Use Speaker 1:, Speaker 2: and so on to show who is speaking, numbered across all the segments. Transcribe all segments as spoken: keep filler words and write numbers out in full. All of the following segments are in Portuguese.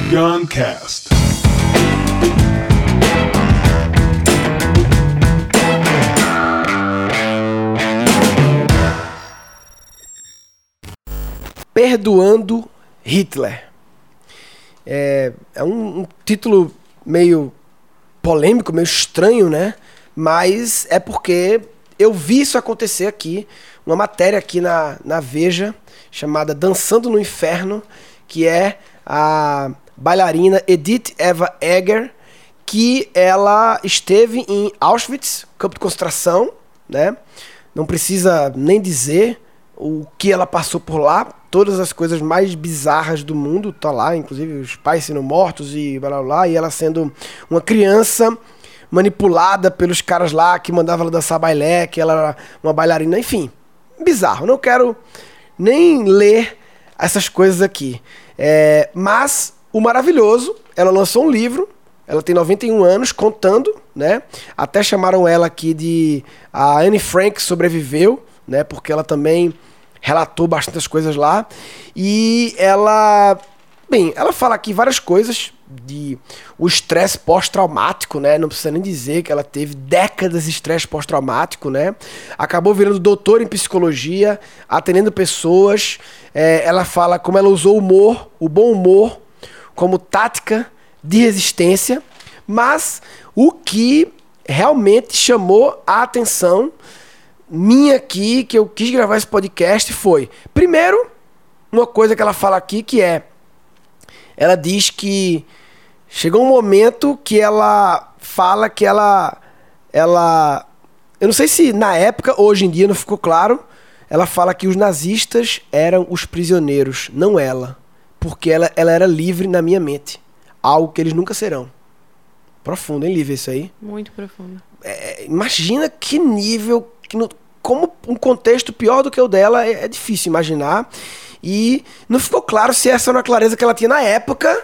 Speaker 1: Guncast.
Speaker 2: Perdoando Hitler. É, é um, um título meio polêmico, meio estranho, né? Mas é porque eu vi isso acontecer aqui, uma matéria aqui na, na Veja, chamada Dançando no Inferno, que é a bailarina Edith Eva Eger, que ela esteve em Auschwitz, campo de concentração, né? Não precisa nem dizer o que ela passou por lá, todas as coisas mais bizarras do mundo, tá lá, inclusive os pais sendo mortos e blá blá blá, e ela sendo uma criança manipulada pelos caras lá que mandavam ela dançar bailé, que ela era uma bailarina, enfim, bizarro. Não quero nem ler essas coisas aqui. É, mas o maravilhoso, ela lançou um livro, ela tem noventa e um anos, contando, né? Até chamaram ela aqui de a Anne Frank sobreviveu, né? Porque ela também relatou bastantes coisas lá. E ela... Bem, ela fala aqui várias coisas de o estresse pós-traumático, né? Não precisa nem dizer que ela teve décadas de estresse pós-traumático, né? Acabou virando doutora em psicologia, atendendo pessoas. É, ela fala como ela usou o humor, o bom humor, como tática de resistência. Mas o que realmente chamou a atenção minha aqui, que eu quis gravar esse podcast, foi, primeiro, uma coisa que ela fala aqui, que é, ela diz que chegou um momento que ela fala que ela, ela, eu não sei se na época, hoje em dia não ficou claro, ela fala que os nazistas eram os prisioneiros, não ela, porque ela, ela era livre na minha mente, algo que eles nunca serão. Profundo, hein, Lívia, isso aí?
Speaker 3: Muito profundo.
Speaker 2: É, imagina que nível, que no, como um contexto pior do que o dela, é, é difícil imaginar. E não ficou claro se essa era uma clareza que ela tinha na época,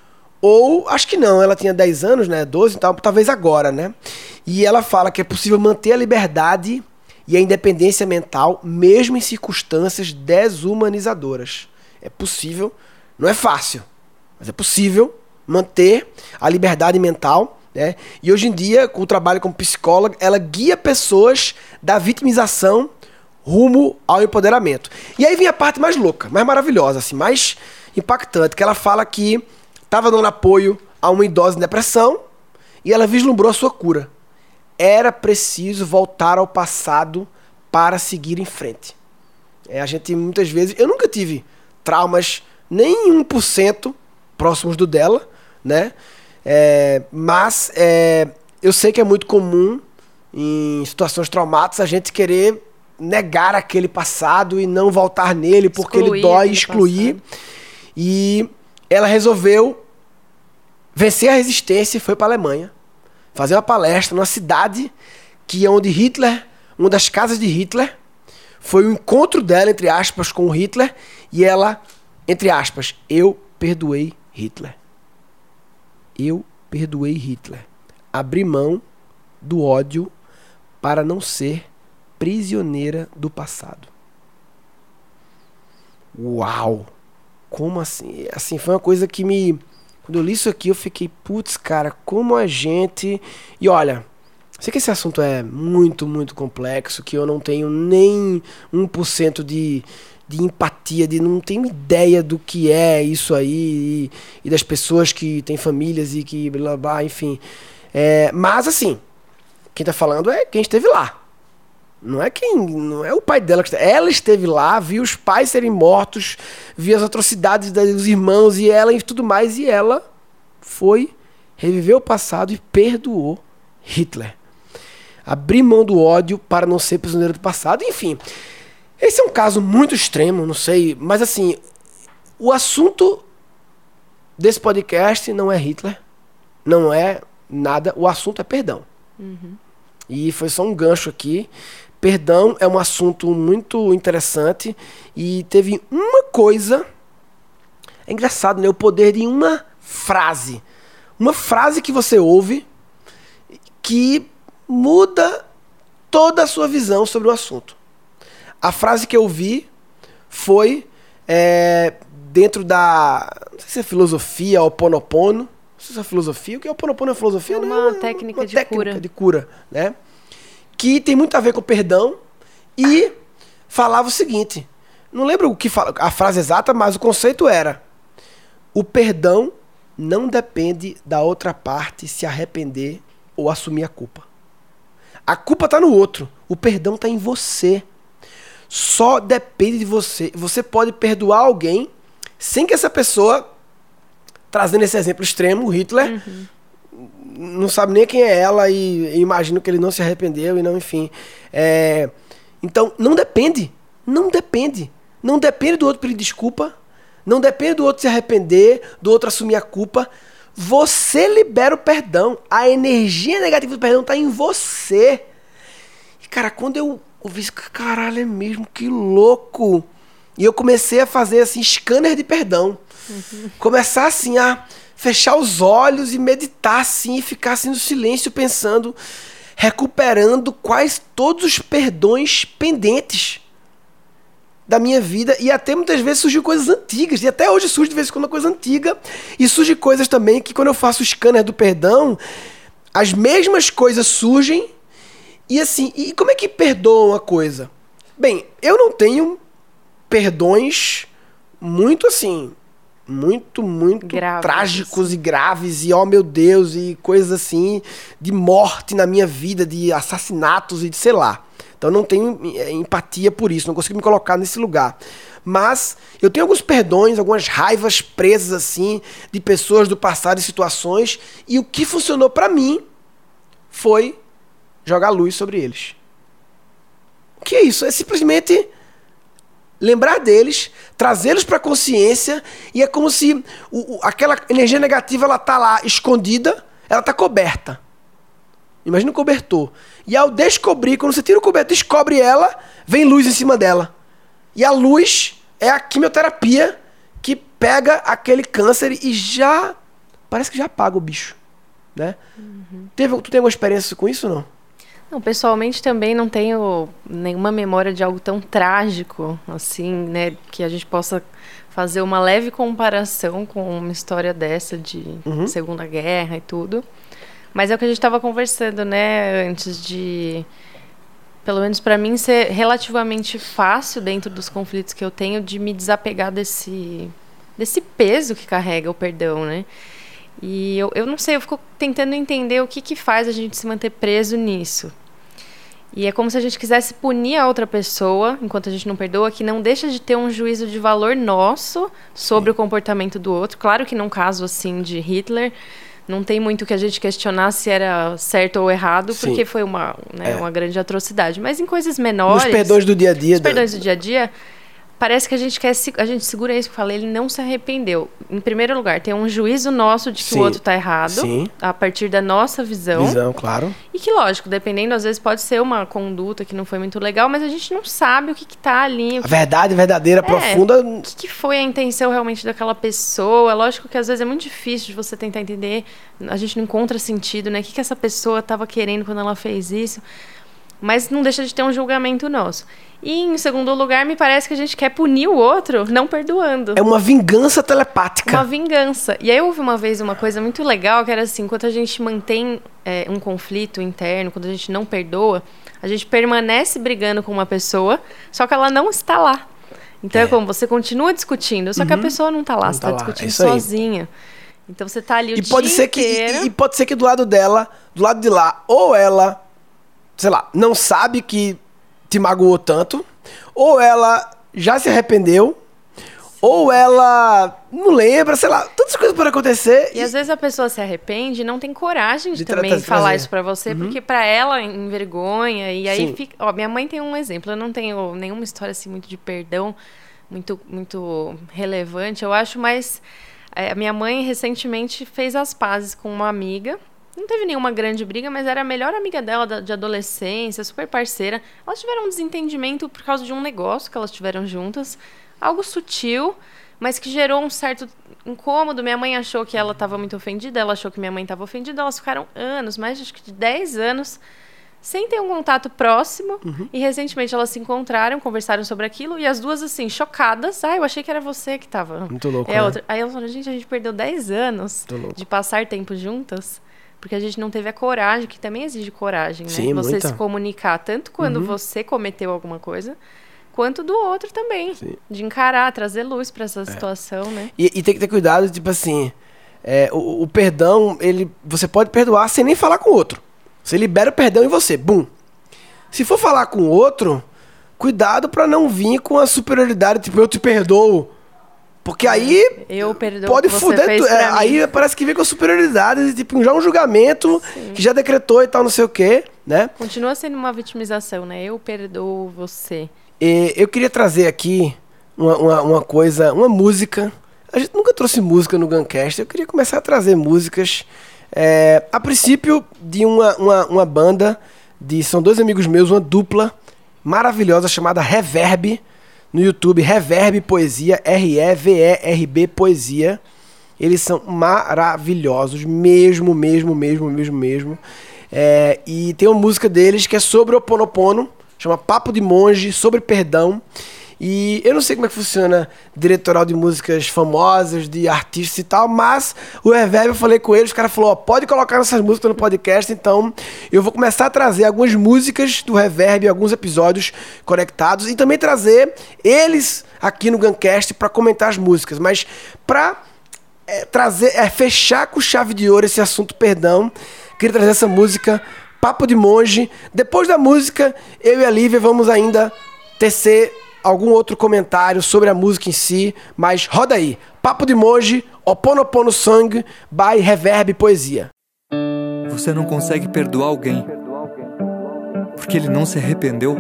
Speaker 2: ou acho que não, ela tinha dez anos, né, doze, então talvez agora, né? E ela fala que é possível manter a liberdade e a independência mental, mesmo em circunstâncias desumanizadoras. É possível, não é fácil, mas é possível manter a liberdade mental, né? E hoje em dia, com o trabalho como psicóloga, ela guia pessoas da vitimização rumo ao empoderamento. E aí vem a parte mais louca, mais maravilhosa, assim, mais impactante, que ela fala que estava dando apoio a uma idosa em depressão e ela vislumbrou a sua cura. Era preciso voltar ao passado para seguir em frente. É, a gente muitas vezes... Eu nunca tive traumas nem um por cento próximos do dela, né? É, mas é, eu sei que é muito comum em situações traumáticas a gente querer negar aquele passado e não voltar nele porque excluir ele dói, excluir. Passado. E ela resolveu vencer a resistência e foi para a Alemanha fazer uma palestra numa cidade que é onde Hitler, uma das casas de Hitler, foi o encontro dela, entre aspas, com o Hitler, e ela, entre aspas, eu perdoei Hitler. Eu perdoei Hitler. Abri mão do ódio para não ser prisioneira do passado. Uau! Como assim? Assim, foi uma coisa que me... Quando eu li isso aqui, eu fiquei, putz, cara, como a gente... E olha, sei que esse assunto é muito, muito complexo, que eu não tenho nem um por cento de... de empatia, de não tenho ideia do que é isso aí, e, e das pessoas que têm famílias e que blá blá, enfim. É, mas assim, quem tá falando é quem esteve lá. Não é quem, não é o pai dela que esteve. Ela esteve lá, viu os pais serem mortos, viu as atrocidades dos irmãos e ela e tudo mais, e ela foi, reviveu o passado e perdoou Hitler. Abrir mão do ódio para não ser prisioneiro do passado, enfim. Esse é um caso muito extremo, não sei, mas assim, o assunto desse podcast não é Hitler, não é nada, o assunto é perdão.
Speaker 3: Uhum.
Speaker 2: E foi só um gancho aqui. Perdão é um assunto muito interessante e teve uma coisa, é engraçado, né? O poder de uma frase, uma frase que você ouve que muda toda a sua visão sobre o assunto. A frase que eu vi foi é, dentro da... Não sei se é filosofia, Ho'oponopono. Não sei se é filosofia. O que é Ho'oponopono? É filosofia?
Speaker 1: É uma né? técnica uma de
Speaker 2: técnica
Speaker 1: cura.
Speaker 2: de cura, né? Que tem muito a ver com o perdão e falava o seguinte, não lembro o que fala, a frase exata, mas o conceito era: o perdão não depende da outra parte se arrepender ou assumir a culpa. A culpa está no outro, o perdão está em você. Só depende de você. Você pode perdoar alguém sem que essa pessoa, trazendo esse exemplo extremo, o Hitler, uhum. não sabe nem quem é ela e, e imagino que ele não se arrependeu e não, enfim. É, então, não depende. Não depende. Não depende do outro pedir desculpa. Não depende do outro se arrepender, do outro assumir a culpa. Você libera o perdão. A energia negativa do perdão está em você. E, cara, quando eu ouvi isso, caralho, é mesmo, que louco. E eu comecei a fazer, assim, scanner de perdão. Uhum. Começar, assim, a fechar os olhos e meditar, assim, e ficar, assim, no silêncio, pensando, recuperando quais todos os perdões pendentes da minha vida. E até muitas vezes surgiu coisas antigas, e até hoje surge de vez em quando uma coisa antiga, e surge coisas também que quando eu faço o scanner do perdão, as mesmas coisas surgem. E assim, e como é que perdoa uma coisa? Bem, eu não tenho perdões muito assim, muito, muito graves. Trágicos e graves, e oh meu Deus, e coisas assim, de morte na minha vida, de assassinatos e de sei lá. Então eu não tenho empatia por isso, não consigo me colocar nesse lugar. Mas eu tenho alguns perdões, algumas raivas presas assim, de pessoas do passado e situações, e o que funcionou pra mim foi jogar luz sobre eles. O que é isso? É simplesmente lembrar deles, trazê-los para a consciência, e é como se o, o, aquela energia negativa ela tá lá escondida, ela tá coberta. Imagina o cobertor. E ao descobrir, quando você tira o cobertor, descobre ela, vem luz em cima dela. E a luz é a quimioterapia que pega aquele câncer e já parece que já apaga o bicho, né? Uhum. Teve, tu tem alguma experiência com isso ou não?
Speaker 1: Não, pessoalmente também não tenho nenhuma memória de algo tão trágico, assim, né, que a gente possa fazer uma leve comparação com uma história dessa de uhum. Segunda Guerra e tudo. Mas é o que a gente estava conversando, né, antes de, pelo menos para mim, ser relativamente fácil dentro dos conflitos que eu tenho de me desapegar desse, desse peso que carrega o perdão, né? E eu, eu não sei, eu fico tentando entender o que que faz a gente se manter preso nisso. E é como se a gente quisesse punir a outra pessoa, enquanto a gente não perdoa, que não deixa de ter um juízo de valor nosso sobre Sim. o comportamento do outro. Claro que num caso assim de Hitler, não tem muito que a gente questionar se era certo ou errado, Sim. porque foi uma, né, é. uma grande atrocidade. Mas em coisas menores...
Speaker 2: Nos perdões do dia a dia.
Speaker 1: Nos perdões do dia a dia... Parece que a gente quer, a gente segura isso, que eu falei, ele não se arrependeu. Em primeiro lugar, tem um juízo nosso de que Sim. o outro está errado, Sim. a partir da nossa visão.
Speaker 2: Visão, claro.
Speaker 1: E que, lógico, dependendo, às vezes pode ser uma conduta que não foi muito legal, mas a gente não sabe o que está ali.
Speaker 2: A verdade verdadeira, é, profunda.
Speaker 1: O que, que foi a intenção realmente daquela pessoa? Lógico que às vezes é muito difícil de você tentar entender, a gente não encontra sentido, né? O que, que essa pessoa estava querendo quando ela fez isso? Mas não deixa de ter um julgamento nosso. E, em segundo lugar, me parece que a gente quer punir o outro não perdoando.
Speaker 2: É uma vingança telepática.
Speaker 1: Uma vingança. E aí houve uma vez uma coisa muito legal, que era assim, quando a gente mantém é, um conflito interno, quando a gente não perdoa, a gente permanece brigando com uma pessoa, só que ela não está lá. Então é, é como, você continua discutindo, só uhum. que a pessoa não está lá, não você está tá discutindo é sozinha. Então você está ali o
Speaker 2: e
Speaker 1: dia
Speaker 2: pode ser
Speaker 1: inteiro.
Speaker 2: Que, e, e pode ser que do lado dela, do lado de lá, ou ela... sei lá, não sabe que te magoou tanto, ou ela já se arrependeu, Sim. ou ela não lembra, sei lá, tantas coisas podem acontecer.
Speaker 1: E, e às vezes a pessoa se arrepende e não tem coragem de, de também falar trazer. Isso pra você, uhum. porque pra ela envergonha, e aí Sim. fica... Ó, minha mãe tem um exemplo, eu não tenho nenhuma história assim muito de perdão, muito, muito relevante, eu acho, mas é, a minha mãe recentemente fez as pazes com uma amiga. Não teve nenhuma grande briga, mas era a melhor amiga dela de adolescência, super parceira. Elas tiveram um desentendimento por causa de um negócio que elas tiveram juntas. Algo sutil, mas que gerou um certo incômodo. Minha mãe achou que ela estava muito ofendida, ela achou que minha mãe estava ofendida. Elas ficaram anos, mais acho que de dez anos, sem ter um contato próximo.
Speaker 2: Uhum.
Speaker 1: E recentemente elas se encontraram, conversaram sobre aquilo. E as duas, assim, chocadas. Ah, eu achei que era você que tava...
Speaker 2: Muito louco,
Speaker 1: é
Speaker 2: né?
Speaker 1: outra. Aí elas falaram, gente, a gente perdeu dez anos de passar tempo juntas. Porque a gente não teve a coragem, que também exige coragem, né?
Speaker 2: Sim,
Speaker 1: você
Speaker 2: muita.
Speaker 1: se comunicar, tanto quando
Speaker 2: Uhum.
Speaker 1: você cometeu alguma coisa, quanto do outro também.
Speaker 2: Sim.
Speaker 1: De encarar, trazer luz pra essa é. situação, né?
Speaker 2: E, e tem que ter cuidado, tipo assim... É, o, o perdão, ele, você pode perdoar sem nem falar com o outro. Você libera o perdão em você, bum. Se for falar com o outro, cuidado pra não vir com a superioridade, tipo, eu te perdoo. Porque aí
Speaker 1: eu perdoo
Speaker 2: pode
Speaker 1: que você
Speaker 2: fuder
Speaker 1: fez
Speaker 2: tu,
Speaker 1: pra
Speaker 2: é,
Speaker 1: mim.
Speaker 2: aí parece que vem com a superioridade, tipo, já um julgamento. Sim. Que já decretou e tal, não sei o quê, né?
Speaker 1: Continua sendo uma vitimização, né? Eu perdoo você.
Speaker 2: E eu queria trazer aqui uma, uma, uma coisa, uma música. A gente nunca trouxe música no Guncast. Eu queria começar a trazer músicas. É, a princípio, de uma, uma, uma banda, de, são dois amigos meus, uma dupla maravilhosa chamada Reverb. No YouTube, Reverb Poesia, R E V E R B Poesia. Eles são maravilhosos, mesmo, mesmo, mesmo, mesmo, mesmo. É, e tem uma música deles que é sobre o Ho'oponopono, chama Papo de Monge, sobre perdão. E eu não sei como é que funciona diretoral de músicas famosas, de artistas e tal, mas o Reverb, eu falei com eles, os caras falaram, ó, pode colocar essas músicas no podcast, então eu vou começar a trazer algumas músicas do Reverb, alguns episódios conectados, e também trazer eles aqui no Guncast para comentar as músicas, mas para é, trazer, é, fechar com chave de ouro esse assunto perdão, queria trazer essa música, Papo de Monge. Depois da música, eu e a Lívia vamos ainda tecer algum outro comentário sobre a música em si, mas roda aí. Papo de Monge, Ho'oponopono Song, by Reverb Poesia.
Speaker 3: Você não consegue perdoar alguém porque ele não se arrependeu.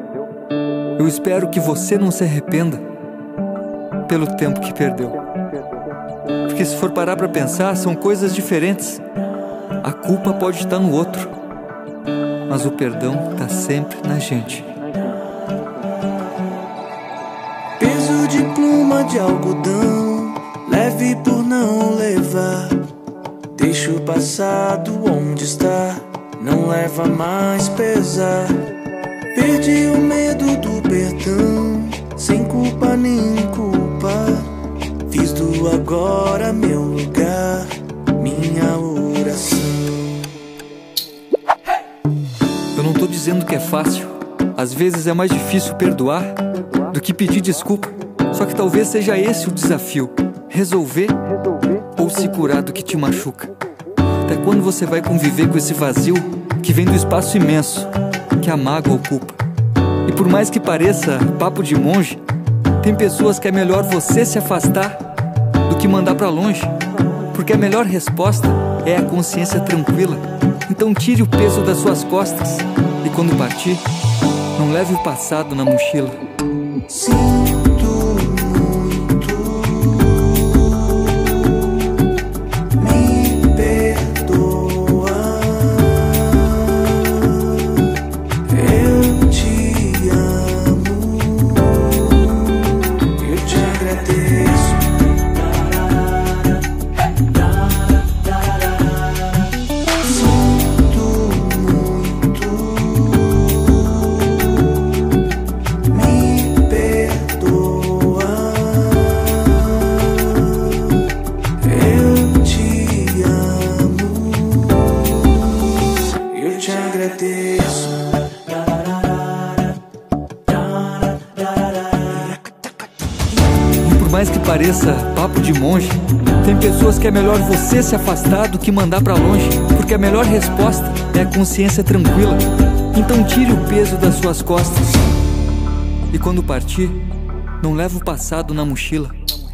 Speaker 3: Eu espero que você não se arrependa pelo tempo que perdeu. Porque se for parar pra pensar, são coisas diferentes. A culpa pode estar no outro, mas o perdão tá sempre na gente.
Speaker 4: Peso de pluma de algodão, leve por não levar. Deixa o passado onde está, não leva mais pesar. Perdi o medo do perdão, sem culpa nem culpa. Fiz do agora meu lugar, minha oração.
Speaker 3: Eu não tô dizendo que é fácil. Às vezes é mais difícil perdoar do que pedir desculpa. Só que talvez seja esse o desafio: resolver ou se curar do que te machuca. Até quando você vai conviver com esse vazio que vem do espaço imenso que a mágoa ocupa? E por mais que pareça papo de monge, tem pessoas que é melhor você se afastar do que mandar pra longe, porque a melhor resposta é a consciência tranquila. Então tire o peso das suas costas e quando partir, não leve o passado na mochila.
Speaker 4: Sinto muito, me perdoa. Eu te amo, eu te agradeço. Sinto muito, me perdoa. Eu te amo, eu te agradeço.
Speaker 3: E por mais que pareça papo de monge, tem pessoas que é melhor você se afastar do que mandar pra longe, porque a melhor resposta é a consciência tranquila. Então tire o peso das suas costas e quando partir, não leve o passado na mochila.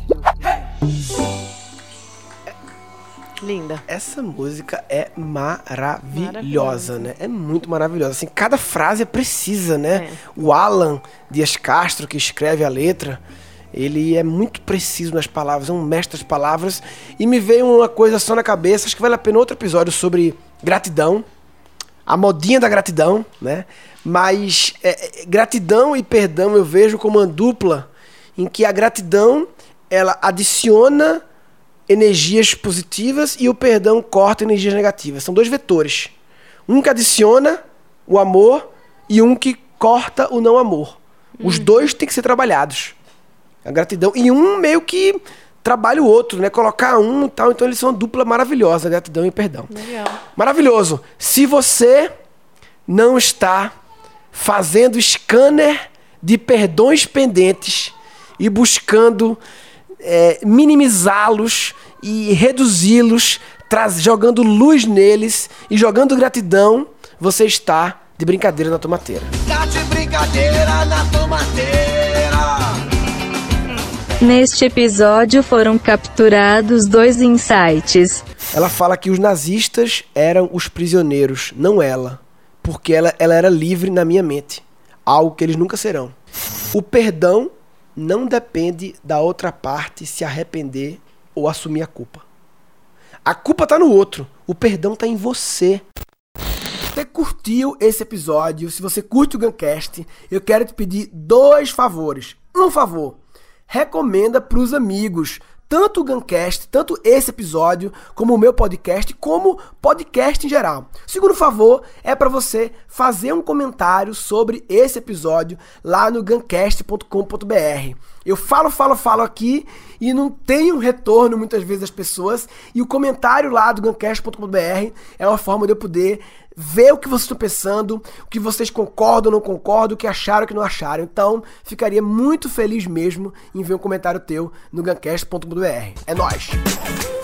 Speaker 1: Linda.
Speaker 2: Essa música é maravilhosa, né? É muito maravilhosa. Assim, cada frase é precisa, né?
Speaker 1: É.
Speaker 2: O Alan Dias Castro, que escreve a letra, ele é muito preciso nas palavras, é um mestre das palavras. E me veio uma coisa só na cabeça, acho que vale a pena outro episódio sobre gratidão, a modinha da gratidão, né? Mas é, é, gratidão e perdão eu vejo como uma dupla em que a gratidão, ela adiciona energias positivas e o perdão corta energias negativas. São dois vetores. Um que adiciona o amor e um que corta o não amor. Os hum. dois têm que ser trabalhados. A gratidão. E um meio que trabalha o outro, né? Colocar um e tal. Então eles são uma dupla maravilhosa, gratidão e perdão.
Speaker 1: Legal.
Speaker 2: Maravilhoso. Se você não está fazendo scanner de perdões pendentes e buscando é, minimizá-los e reduzi-los, traz, jogando luz neles e jogando gratidão, você está de brincadeira na tomateira.
Speaker 4: Tá de brincadeira na tomateira.
Speaker 5: Neste episódio foram capturados dois insights.
Speaker 2: Ela fala que os nazistas eram os prisioneiros, não ela. Porque ela, ela era livre na minha mente. Algo que eles nunca serão. O perdão não depende da outra parte se arrepender ou assumir a culpa. A culpa tá no outro. O perdão tá em você. Se você curtiu esse episódio, se você curte o Guncast, eu quero te pedir dois favores. Um favor. Recomenda pros amigos. Tanto o Guncast, tanto esse episódio, como o meu podcast, como podcast em geral. O segundo favor é para você fazer um comentário sobre esse episódio lá no guncast ponto com ponto b r. Eu falo, falo, falo aqui e não tenho retorno muitas vezes das pessoas. E o comentário lá do guncast ponto com ponto b r é uma forma de eu poder ver o que vocês estão pensando, o que vocês concordam ou não concordam, o que acharam ou o que não acharam. Então, ficaria muito feliz mesmo em ver um comentário teu no guncast ponto com ponto b r. É nóis!